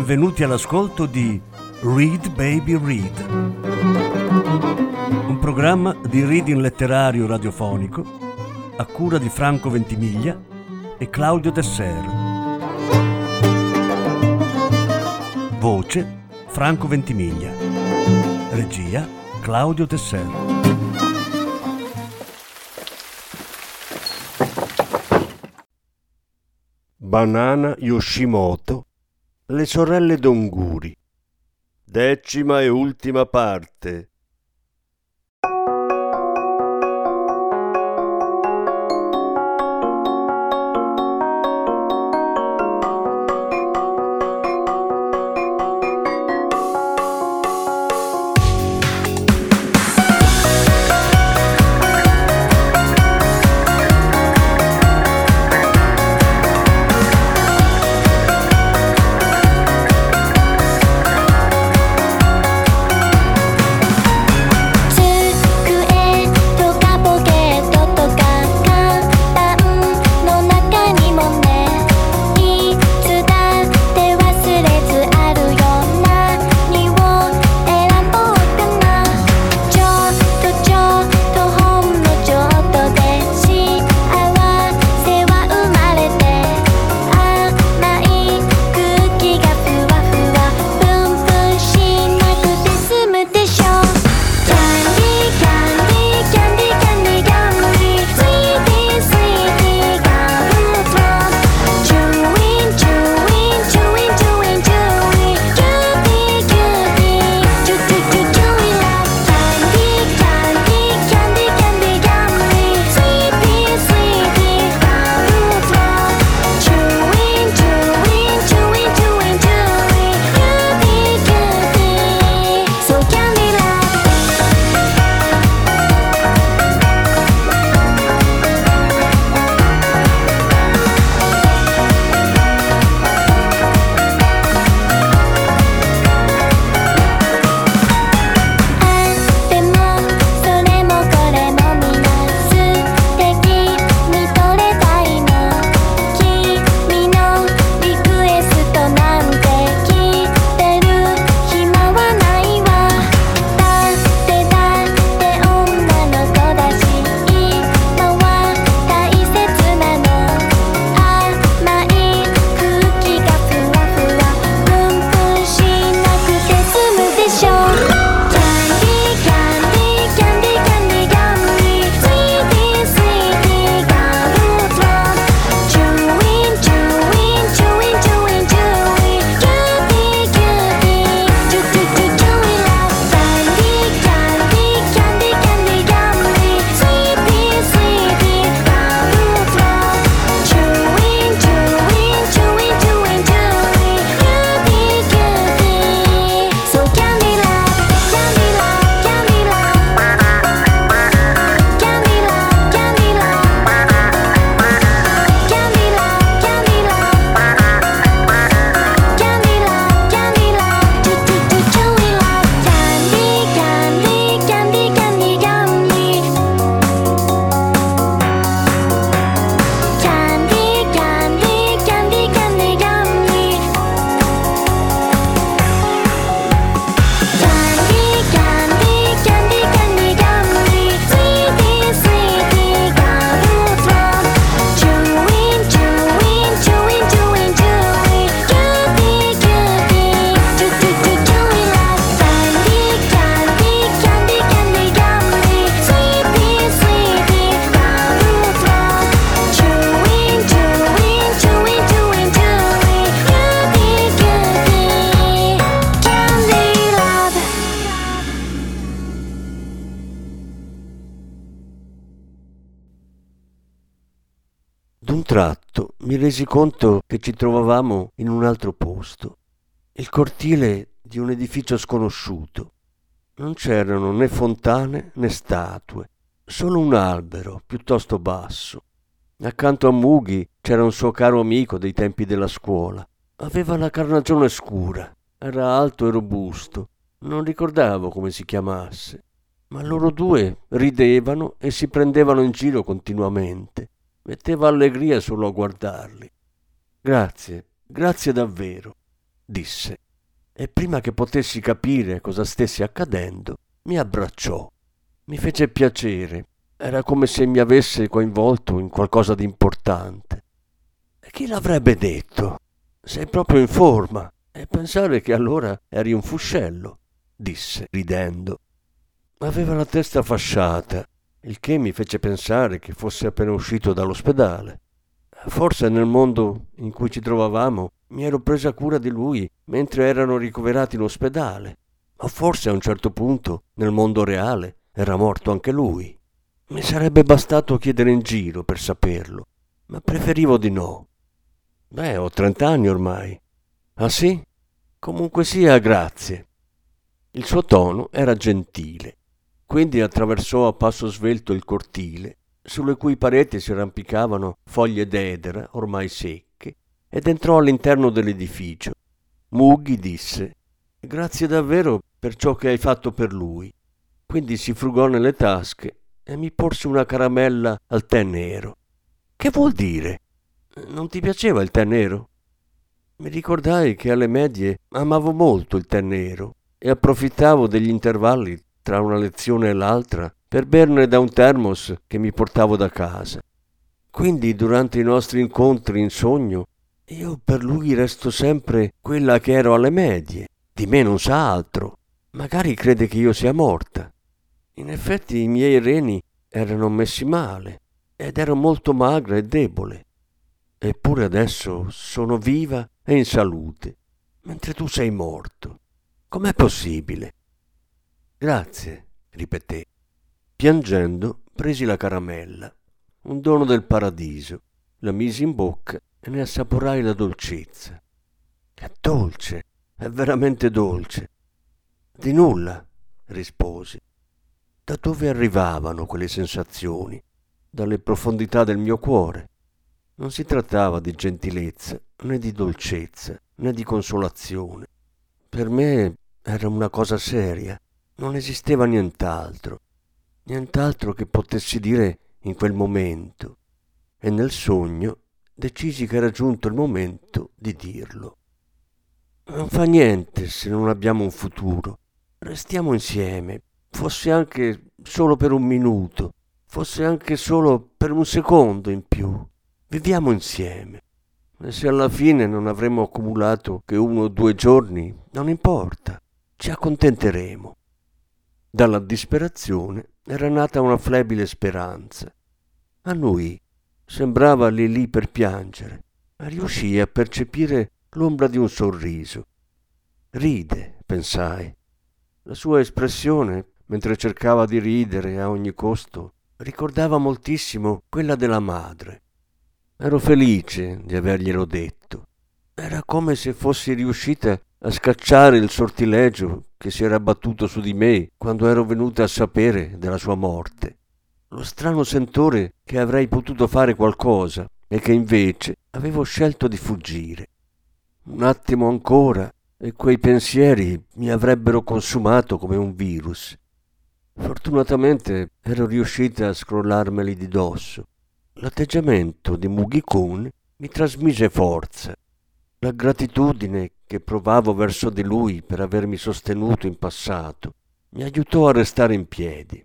benvenuti all'ascolto di Read Baby Read, un programma di reading letterario radiofonico a cura di Franco Ventimiglia e Claudio Desser. Voce Franco Ventimiglia. Regia Claudio Desser. Banana Yoshimoto, le sorelle d'Onguri. 10ª e ultima parte. D'un tratto mi resi conto che ci trovavamo in un altro posto, il cortile di un edificio sconosciuto. Non c'erano né fontane né statue, solo un albero piuttosto basso. Accanto a Mughi c'era un suo caro amico dei tempi della scuola. Aveva la carnagione scura, era alto e robusto, non ricordavo come si chiamasse, ma loro due ridevano e si prendevano in giro continuamente. Metteva allegria solo a guardarli. Grazie davvero. disse, e prima che potessi capire cosa stesse accadendo, mi abbracciò. Mi fece piacere, era come se mi avesse coinvolto in qualcosa di importante. E chi l'avrebbe detto? Sei proprio in forma, e pensare che allora eri un fuscello, disse, ridendo. Aveva la testa fasciata, il che mi fece pensare che fosse appena uscito dall'ospedale. Forse nel mondo in cui ci trovavamo mi ero presa cura di lui mentre erano ricoverati in ospedale, o forse a un certo punto, nel mondo reale, era morto anche lui. Mi sarebbe bastato chiedere in giro per saperlo, ma preferivo di no. Ho 30 anni ormai. Ah sì? Comunque sia, grazie. Il suo tono era gentile, quindi attraversò a passo svelto il cortile, sulle cui pareti si arrampicavano foglie d'edera ormai secche, ed entrò all'interno dell'edificio. Mughi disse: «Grazie davvero per ciò che hai fatto per lui». Quindi si frugò nelle tasche e mi porse una caramella al tè nero. «Che vuol dire? Non ti piaceva il tè nero?» Mi ricordai che alle medie amavo molto il tè nero e approfittavo degli intervalli tra una lezione e l'altra per berne da un termos che mi portavo da casa. Quindi durante i nostri incontri in sogno io per lui resto sempre quella che ero alle medie. Di me non sa altro. Magari crede che io sia morta. In effetti i miei reni erano messi male ed ero molto magra e debole. Eppure adesso sono viva e in salute, mentre tu sei morto. Com'è possibile? Grazie, ripeté. Piangendo presi la caramella, un dono del paradiso, la misi in bocca e ne assaporai la dolcezza. È dolce, è veramente dolce. Di nulla, risposi. Da dove arrivavano quelle sensazioni? Dalle profondità del mio cuore. Non si trattava di gentilezza, né di dolcezza, né di consolazione. Per me era una cosa seria, non esisteva nient'altro che potessi dire in quel momento, e nel sogno decisi che era giunto il momento di dirlo. Non fa niente se non abbiamo un futuro, restiamo insieme, fosse anche solo per un minuto, fosse anche solo per un secondo in più. Viviamo insieme. E se alla fine non avremo accumulato che 1 o 2 giorni, non importa, ci accontenteremo. Dalla disperazione era nata una flebile speranza. A lui sembrava lì per piangere, ma riuscii a percepire l'ombra di un sorriso. Ride, pensai. La sua espressione, mentre cercava di ridere a ogni costo, ricordava moltissimo quella della madre. Ero felice di averglielo detto. Era come se fossi riuscita a scacciare il sortilegio che si era abbattuto su di me quando ero venuta a sapere della sua morte. Lo strano sentore che avrei potuto fare qualcosa e che invece avevo scelto di fuggire. Un attimo ancora e quei pensieri mi avrebbero consumato come un virus. Fortunatamente ero riuscita a scrollarmeli di dosso. L'atteggiamento di Mugi-kun mi trasmise forza. La gratitudine che provavo verso di lui per avermi sostenuto in passato mi aiutò a restare in piedi.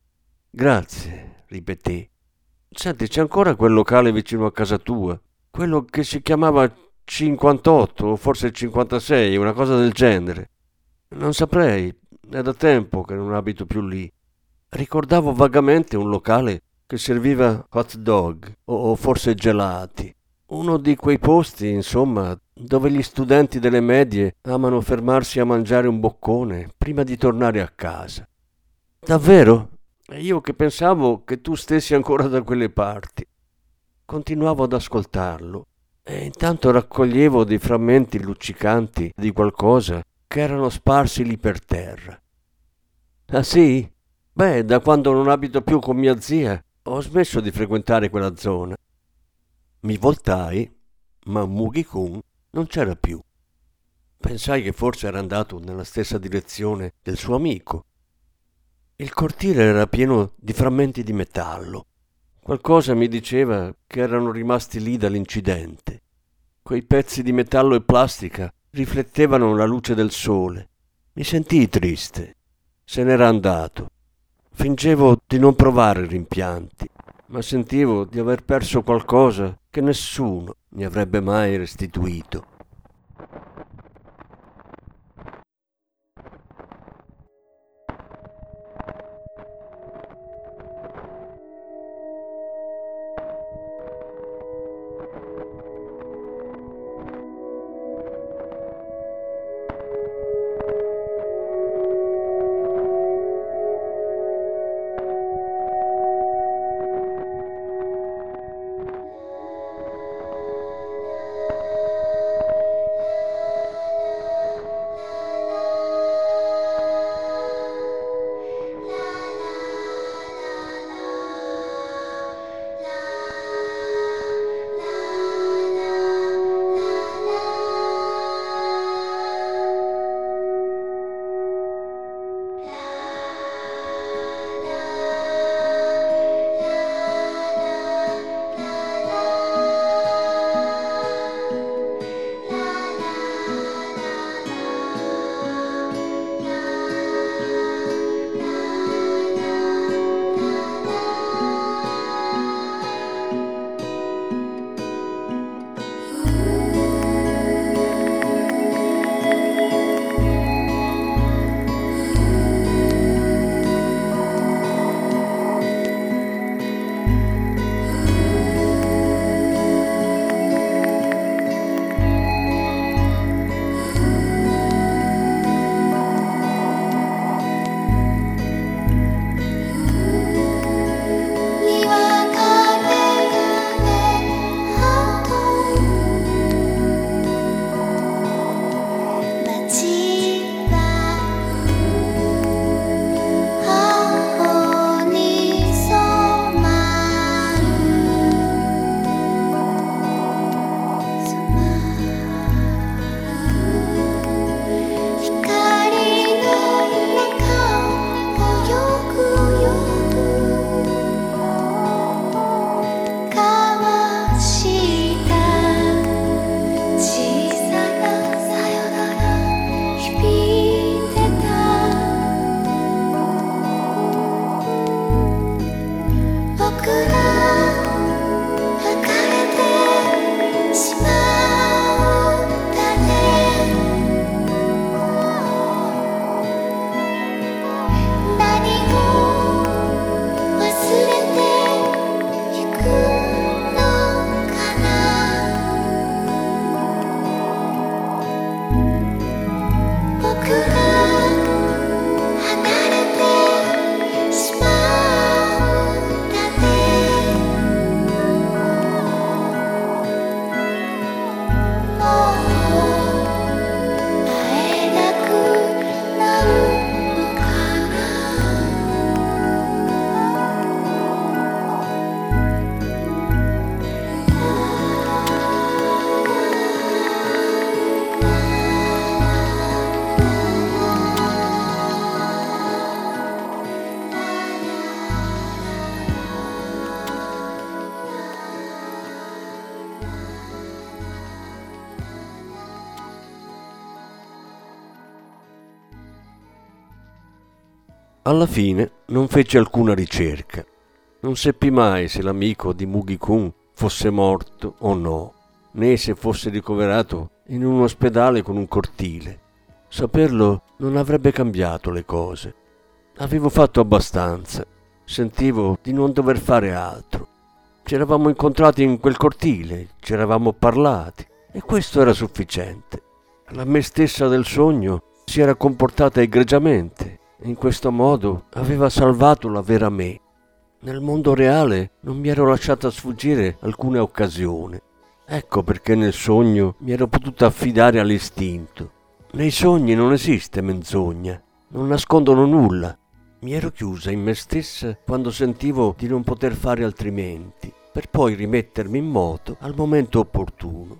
Grazie, ripeté. Senti, c'è ancora quel locale vicino a casa tua? Quello che si chiamava 58 o forse 56, una cosa del genere. Non saprei, è da tempo che non abito più lì. Ricordavo vagamente un locale che serviva hot dog o forse gelati. Uno di quei posti, insomma, dove gli studenti delle medie amano fermarsi a mangiare un boccone prima di tornare a casa. Davvero? E io che pensavo che tu stessi ancora da quelle parti. Continuavo ad ascoltarlo e intanto raccoglievo dei frammenti luccicanti di qualcosa che erano sparsi lì per terra. Ah sì? Da quando non abito più con mia zia ho smesso di frequentare quella zona. Mi voltai, ma Mugi-kun non c'era più. Pensai che forse era andato nella stessa direzione del suo amico. Il cortile era pieno di frammenti di metallo. Qualcosa mi diceva che erano rimasti lì dall'incidente. Quei pezzi di metallo e plastica riflettevano la luce del sole. Mi sentii triste. Se n'era andato. Fingevo di non provare rimpianti, ma sentivo di aver perso qualcosa che nessuno mi avrebbe mai restituito. Alla fine non feci alcuna ricerca. Non seppi mai se l'amico di Mugi-kun fosse morto o no, né se fosse ricoverato in un ospedale con un cortile. Saperlo non avrebbe cambiato le cose. Avevo fatto abbastanza. Sentivo di non dover fare altro. Ci eravamo incontrati in quel cortile, ci eravamo parlati e questo era sufficiente. La me stessa del sogno si era comportata egregiamente. In questo modo aveva salvato la vera me. Nel mondo reale non mi ero lasciata sfuggire alcuna occasione. Ecco perché nel sogno mi ero potuta affidare all'istinto. Nei sogni non esiste menzogna, non nascondono nulla. Mi ero chiusa in me stessa quando sentivo di non poter fare altrimenti, per poi rimettermi in moto al momento opportuno.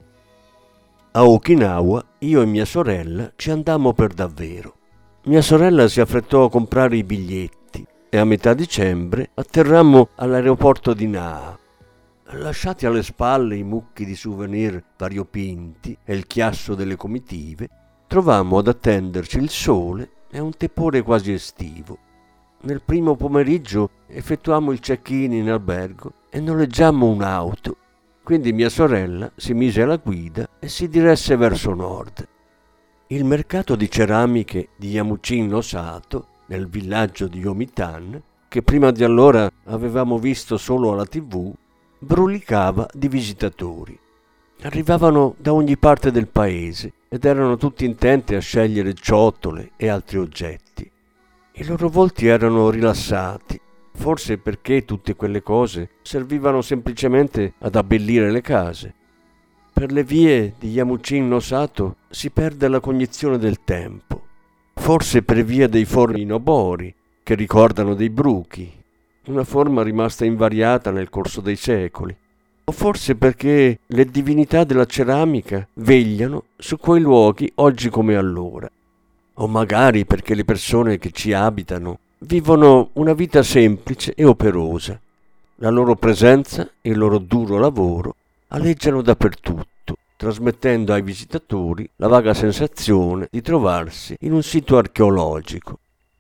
A Okinawa io e mia sorella ci andammo per davvero. Mia sorella si affrettò a comprare i biglietti e a metà dicembre atterrammo all'aeroporto di Naha. Lasciati alle spalle i mucchi di souvenir variopinti e il chiasso delle comitive, trovammo ad attenderci il sole e un tepore quasi estivo. Nel primo pomeriggio effettuammo il check-in in albergo e noleggiammo un'auto. Quindi mia sorella si mise alla guida e si diresse verso nord. Il mercato di ceramiche di Yamuchin no Sato, nel villaggio di Yomitan, che prima di allora avevamo visto solo alla TV, brulicava di visitatori. Arrivavano da ogni parte del paese ed erano tutti intenti a scegliere ciotole e altri oggetti. I loro volti erano rilassati, forse perché tutte quelle cose servivano semplicemente ad abbellire le case. Per le vie di Yamuchin no Sato si perde la cognizione del tempo, forse per via dei forni nobori che ricordano dei bruchi, una forma rimasta invariata nel corso dei secoli, o forse perché le divinità della ceramica vegliano su quei luoghi oggi come allora, o magari perché le persone che ci abitano vivono una vita semplice e operosa. La loro presenza e il loro duro lavoro aleggiano dappertutto, trasmettendo ai visitatori la vaga sensazione di trovarsi in un sito archeologico.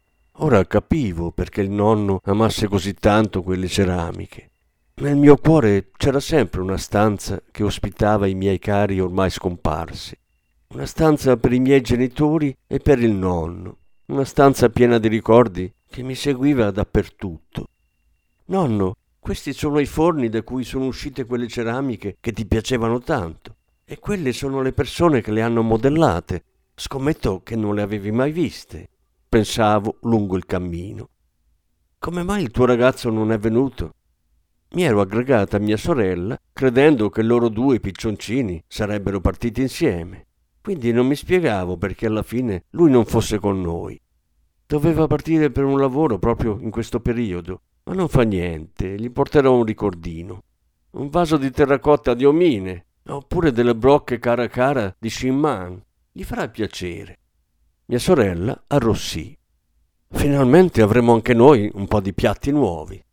Ora capivo perché il nonno amasse così tanto quelle ceramiche. Nel mio cuore c'era sempre una stanza che ospitava i miei cari ormai scomparsi. Una stanza per i miei genitori e per il nonno. Una stanza piena di ricordi che mi seguiva dappertutto. Nonno, questi sono i forni da cui sono uscite quelle ceramiche che ti piacevano tanto. E quelle sono le persone che le hanno modellate. Scommetto che non le avevi mai viste. Pensavo lungo il cammino. Come mai il tuo ragazzo non è venuto? Mi ero aggregata a mia sorella credendo che loro due piccioncini sarebbero partiti insieme. Quindi non mi spiegavo perché alla fine lui non fosse con noi. Doveva partire per un lavoro proprio in questo periodo, ma non fa niente, gli porterò un ricordino. Un vaso di terracotta di Omine, oppure delle brocche cara cara di Shinman. Gli farà piacere. Mia sorella arrossì. Finalmente avremo anche noi un po' di piatti nuovi.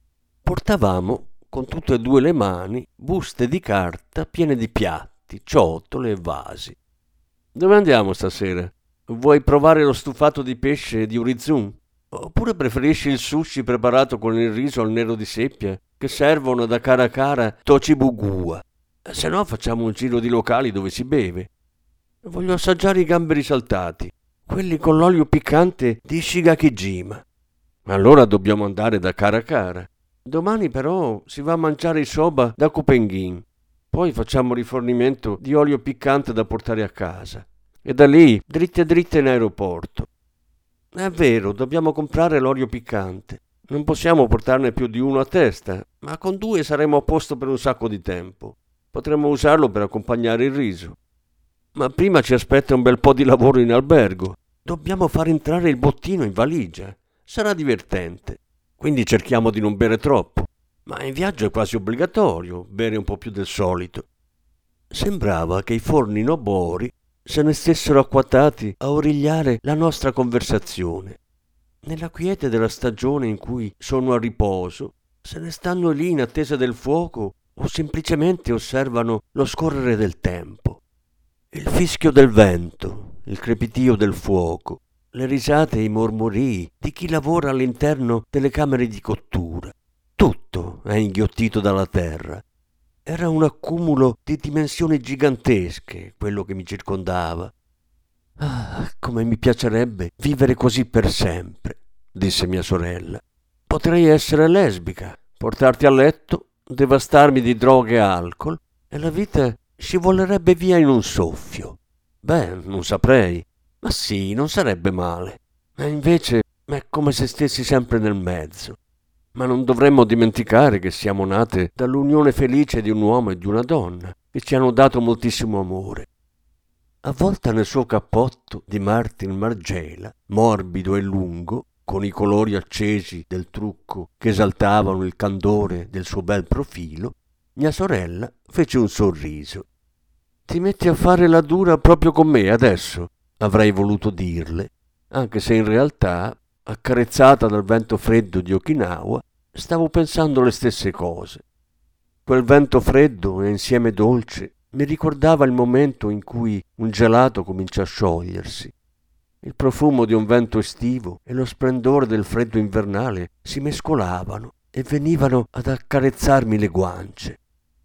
Portavamo con tutte e due le mani buste di carta piene di piatti, ciotole e vasi. Dove andiamo stasera? Vuoi provare lo stufato di pesce di Urizun? Oppure preferisci il sushi preparato con il riso al nero di seppia che servono da cara a cara Tochibugua? Se no facciamo un giro di locali dove si beve. Voglio assaggiare i gamberi saltati, quelli con l'olio piccante di Shigakijima. Allora dobbiamo andare da cara a cara. Domani però si va a mangiare i soba da Kupengin. Poi facciamo rifornimento di olio piccante da portare a casa. E da lì dritte dritte in aeroporto. È vero, dobbiamo comprare l'olio piccante. Non possiamo portarne più di uno a testa, ma con due saremo a posto per un sacco di tempo. Potremmo usarlo per accompagnare il riso. Ma prima ci aspetta un bel po' di lavoro in albergo. Dobbiamo far entrare il bottino in valigia. Sarà divertente. Quindi cerchiamo di non bere troppo. Ma in viaggio è quasi obbligatorio bere un po' più del solito. Sembrava che i forni nobori se ne stessero acquatati a origliare la nostra conversazione. Nella quiete della stagione in cui sono a riposo, se ne stanno lì in attesa del fuoco o semplicemente osservano lo scorrere del tempo. Il fischio del vento, il crepitio del fuoco, le risate e i mormorii di chi lavora all'interno delle camere di cottura. Tutto è inghiottito dalla terra. Era un accumulo di dimensioni gigantesche quello che mi circondava. Ah, come mi piacerebbe vivere così per sempre, disse mia sorella. Potrei essere lesbica, portarti a letto, devastarmi di droghe e alcol e la vita scivolerebbe via in un soffio. Beh, non saprei. Ma sì, non sarebbe male. E invece è come se stessi sempre nel mezzo. Ma non dovremmo dimenticare che siamo nate dall'unione felice di un uomo e di una donna, che ci hanno dato moltissimo amore. Avvolta nel suo cappotto di Martin Margiela, morbido e lungo, con i colori accesi del trucco che esaltavano il candore del suo bel profilo, mia sorella fece un sorriso. «Ti metti a fare la dura proprio con me adesso?» avrei voluto dirle, anche se in realtà, accarezzata dal vento freddo di Okinawa, stavo pensando le stesse cose. Quel vento freddo e insieme dolce mi ricordava il momento in cui un gelato comincia a sciogliersi. Il profumo di un vento estivo e lo splendore del freddo invernale si mescolavano e venivano ad accarezzarmi le guance.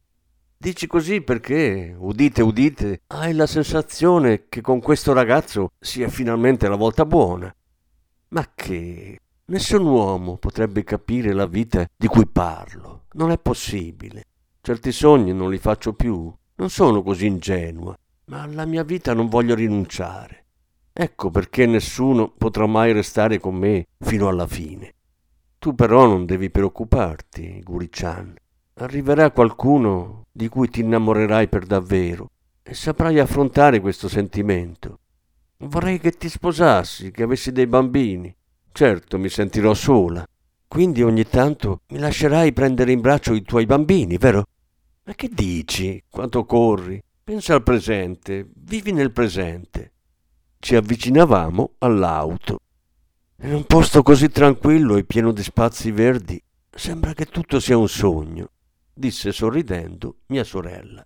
Dici così perché, udite udite, hai la sensazione che con questo ragazzo sia finalmente la volta buona. Ma che? Nessun uomo potrebbe capire la vita di cui parlo. Non è possibile. Certi sogni non li faccio più. Non sono così ingenua, ma alla mia vita non voglio rinunciare. Ecco perché nessuno potrà mai restare con me fino alla fine. Tu però non devi preoccuparti, Guri-chan. Arriverà qualcuno di cui ti innamorerai per davvero e saprai affrontare questo sentimento. Vorrei che ti sposassi, che avessi dei bambini. Certo, mi sentirò sola. Quindi ogni tanto mi lascerai prendere in braccio i tuoi bambini, vero? Ma che dici? Quanto corri? Pensa al presente, vivi nel presente. Ci avvicinavamo all'auto. In un posto così tranquillo e pieno di spazi verdi, sembra che tutto sia un sogno, disse sorridendo mia sorella.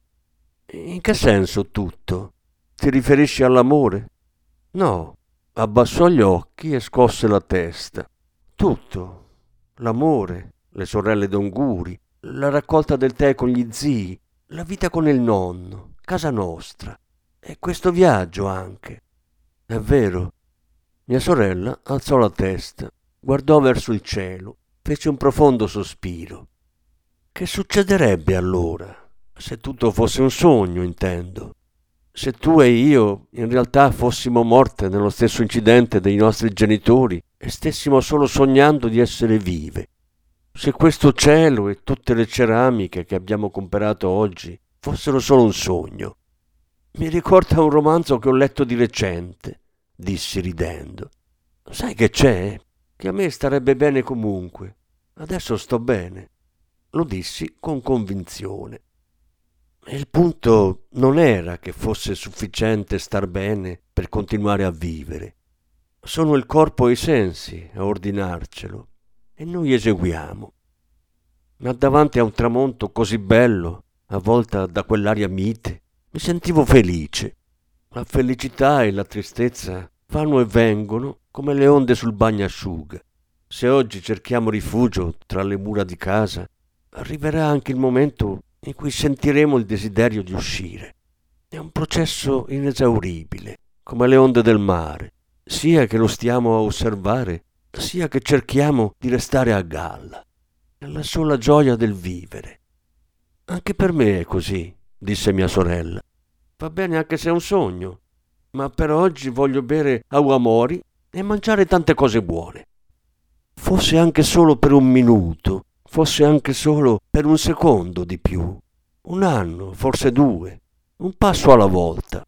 In che senso tutto? Ti riferisci all'amore? No, abbassò gli occhi e scosse la testa. Tutto. L'amore, le sorelle Don Guri, la raccolta del tè con gli zii, la vita con il nonno, casa nostra. E questo viaggio anche. È vero. Mia sorella alzò la testa, guardò verso il cielo, fece un profondo sospiro. Che succederebbe allora? Se tutto fosse un sogno, intendo. Se tu e io in realtà fossimo morte nello stesso incidente dei nostri genitori e stessimo solo sognando di essere vive. Se questo cielo e tutte le ceramiche che abbiamo comperato oggi fossero solo un sogno. Mi ricorda un romanzo che ho letto di recente, dissi ridendo. Sai che c'è? Che a me starebbe bene comunque. Adesso sto bene. Lo dissi con convinzione. Il punto non era che fosse sufficiente star bene per continuare a vivere. Sono il corpo e i sensi a ordinarcelo e noi eseguiamo. Ma davanti a un tramonto così bello, avvolta da quell'aria mite, mi sentivo felice. La felicità e la tristezza vanno e vengono come le onde sul bagnasciuga. Se oggi cerchiamo rifugio tra le mura di casa, arriverà anche il momento in cui sentiremo il desiderio di uscire. È un processo inesauribile, come le onde del mare, sia che lo stiamo a osservare, sia che cerchiamo di restare a galla. È la sola gioia del vivere. Anche per me è così, disse mia sorella. Va bene anche se è un sogno, ma per oggi voglio bere aguamori e mangiare tante cose buone. Fosse anche solo per un minuto, fosse anche solo per un secondo di più, un anno, forse 2, un passo alla volta.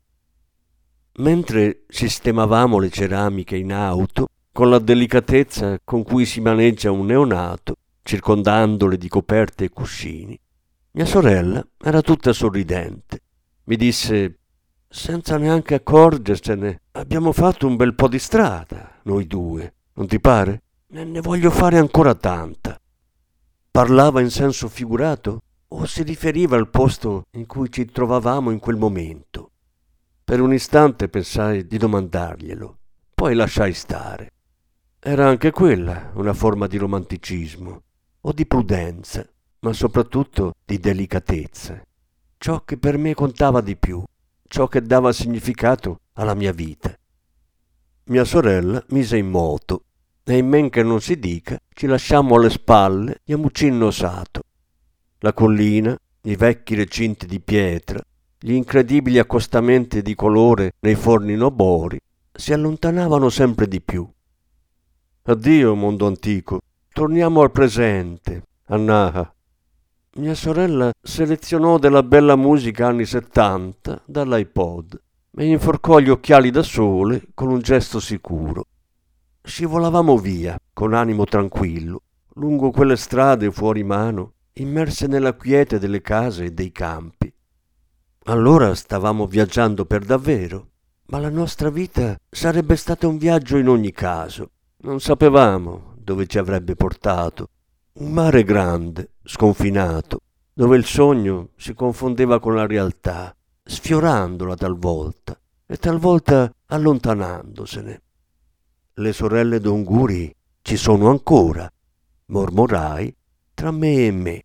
Mentre sistemavamo le ceramiche in auto, con la delicatezza con cui si maneggia un neonato, circondandole di coperte e cuscini, mia sorella era tutta sorridente. Mi disse, senza neanche accorgersene, abbiamo fatto un bel po' di strada, noi due, non ti pare? Ne voglio fare ancora tanta. Parlava in senso figurato o si riferiva al posto in cui ci trovavamo in quel momento? Per un istante pensai di domandarglielo, poi lasciai stare. Era anche quella una forma di romanticismo, o di prudenza, ma soprattutto di delicatezza. Ciò che per me contava di più, ciò che dava significato alla mia vita. Mia sorella mise in moto e in men che non si dica ci lasciammo alle spalle Yamucin no Sato. La collina, i vecchi recinti di pietra, gli incredibili accostamenti di colore nei forni nobori si allontanavano sempre di più. Addio mondo antico, torniamo al presente, a Naha. Mia sorella selezionò della bella musica anni 70 dall'iPod e inforcò gli occhiali da sole con un gesto sicuro. Scivolavamo via, con animo tranquillo, lungo quelle strade fuori mano, immerse nella quiete delle case e dei campi. Allora stavamo viaggiando per davvero, ma la nostra vita sarebbe stata un viaggio in ogni caso. Non sapevamo dove ci avrebbe portato. Un mare grande, sconfinato, dove il sogno si confondeva con la realtà, sfiorandola talvolta e talvolta allontanandosene. Le sorelle Don Guri ci sono ancora, mormorai tra me e me.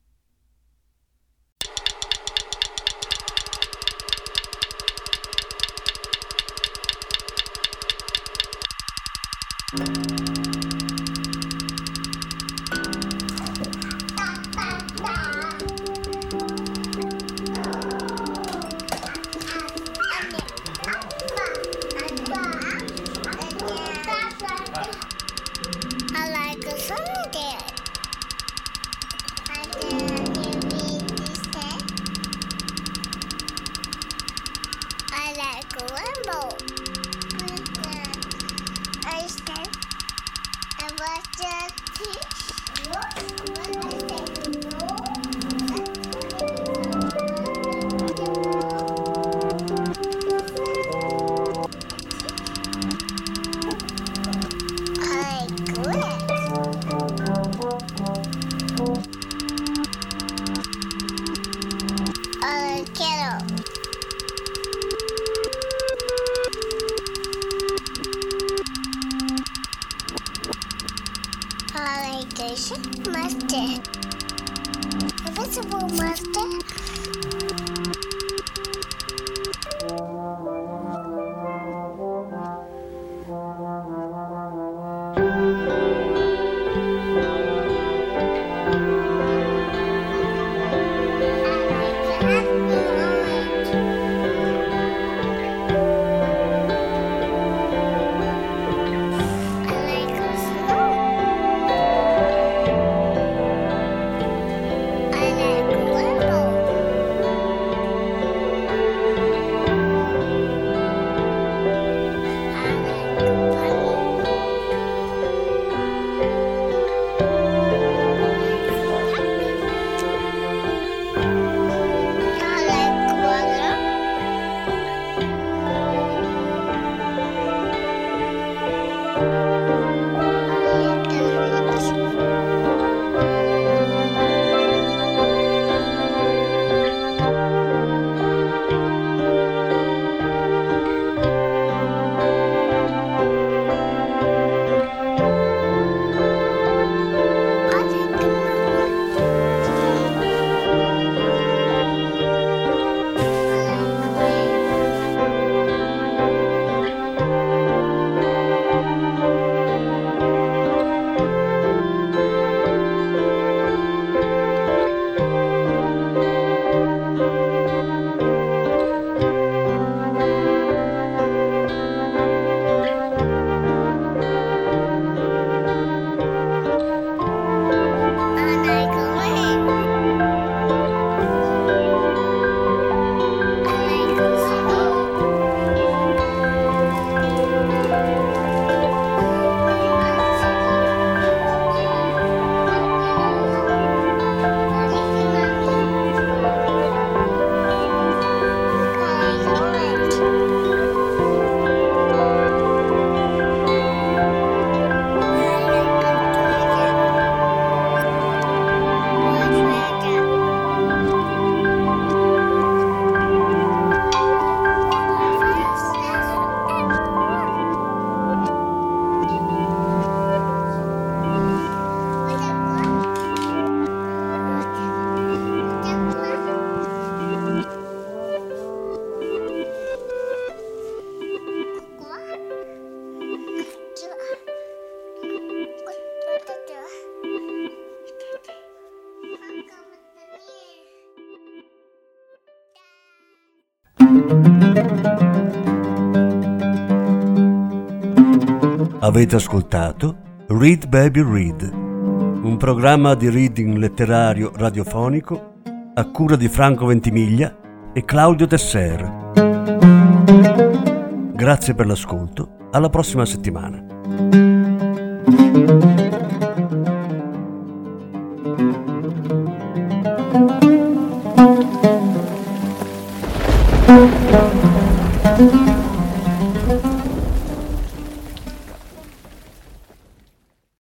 Master. Invisible Master. Avete ascoltato Read Baby Read, un programma di reading letterario radiofonico a cura di Franco Ventimiglia e Claudio Tesser. Grazie per l'ascolto, alla prossima settimana.